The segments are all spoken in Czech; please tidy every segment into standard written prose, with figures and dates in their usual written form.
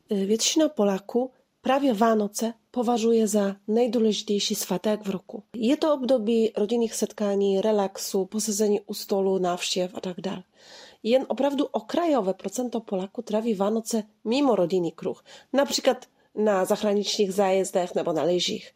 Většina Poláků právě Vánoce považuje za nejdůležitější svátek v roku. Je to období rodinných setkání, relaxu, posezení u stolu, návštěv a tak dále. Jen opravdu okrajové procento Poláků tráví Vánoce mimo rodinný kruh, například na zahraničních zájezdech nebo na lyžích.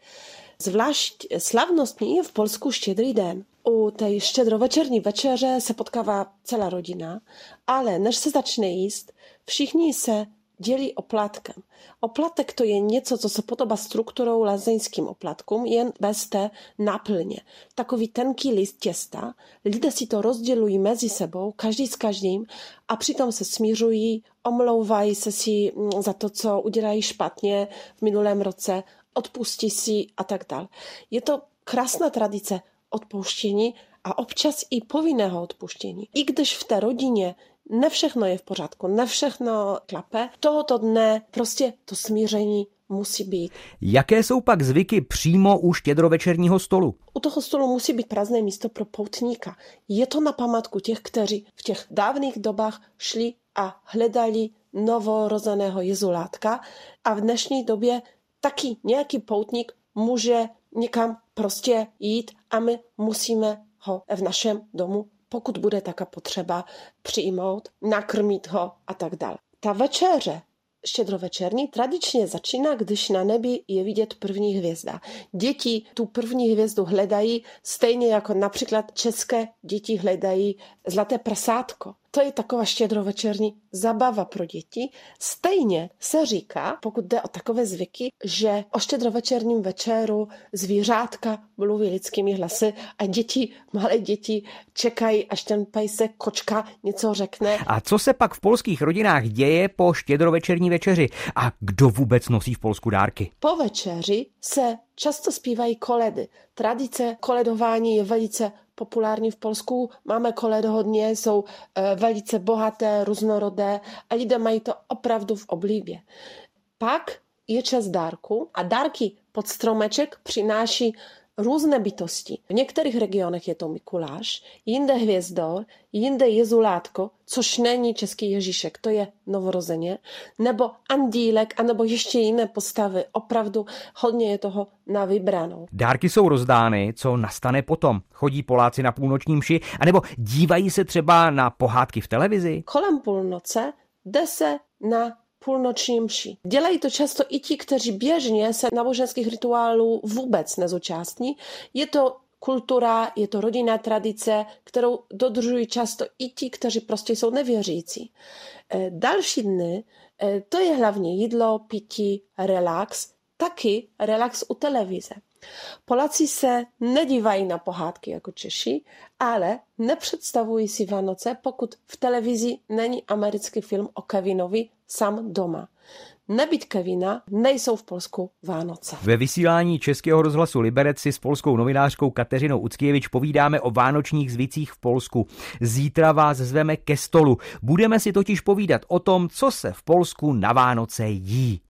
Zvlášť slavnostní je v Polsku Štědrý den. U té štědrovečerní večeře se potkává celá rodina, ale než se začne jíst, všichni se dělí oplatkem. Oplatek to je něco, co se podobá strukturou lázeňským oplatkům, jen bez té náplně. Takový tenký list těsta, lidé si to rozdělují mezi sebou, každý s každým, a přitom se smířují, omlouvají se si za to, co udělají špatně v minulém roce, odpustí si a tak dále. Je to krásná tradice odpouštění a občas i povinného odpuštění. I když v té rodině ne všechno je v pořádku, ne všechno klape, tohoto dne prostě to smíření musí být. Jaké jsou pak zvyky přímo u štědrovečerního stolu? U toho stolu musí být prázdné místo pro poutníka. Je to na památku těch, kteří v těch dávných dobách šli a hledali novorozeného Jezulátka, a v dnešní době taky nějaký poutník může někam prostě jít a my musíme ho v našem domu, pokud bude taká potřeba, přijmout, nakrmit ho a tak dále. Ta večeře štědrovečerní tradičně začíná, když na nebi je vidět první hvězda. Děti tu první hvězdu hledají, stejně jako například české děti hledají zlaté prasátko. To je taková štědrovečerní zabava pro děti. Stejně se říká, pokud jde o takové zvyky, že o štědrovečerním večeru zvířátka mluví lidskými hlasy a malé děti čekají, až ten pejsek, kočka něco řekne. A co se pak v polských rodinách děje po štědrovečerní večeři? A kdo vůbec nosí v Polsku dárky? Po večeři se často zpívají koledy. Tradice koledování je velice populární v Polsku. Máme koledohodně, jsou velice bohaté, různorodé a lidé mají to opravdu v oblibě. Pak je čas dárku a dárky pod stromeček přináší různé bytosti. V některých regionech je to Mikuláš, jinde hvězdor, jinde Jezulátko, což není český Ježíšek, to je novorozeně, nebo Andílek, anebo ještě jiné postavy. Opravdu hodně je toho na vybranou. Dárky jsou rozdány, co nastane potom? Chodí Poláci na půlnoční mši, anebo dívají se třeba na pohádky v televizi? Kolem půlnoce jde se na půlnoční mši. Dělají to často i ti, kteří běžně se náboženských rituálů vůbec nezúčastní. Je to kultura, je to rodinná tradice, kterou dodržují často i ti, kteří prostě jsou nevěřící. Další dny, to je hlavně jídlo, pití, relax, taky relax u televize. Poláci se nedívají na pohádky jako Češi, ale nepředstavují si Vánoce, pokud v televizi není americký film o Kevinovi Sám doma. Nebýt Kevina, nejsou v Polsku Vánoce. Ve vysílání Českého rozhlasu Liberec si s polskou novinářkou Kateřinou Uckiewicz povídáme o vánočních zvicích v Polsku. Zítra vás zveme ke stolu. Budeme si totiž povídat o tom, co se v Polsku na Vánoce jí.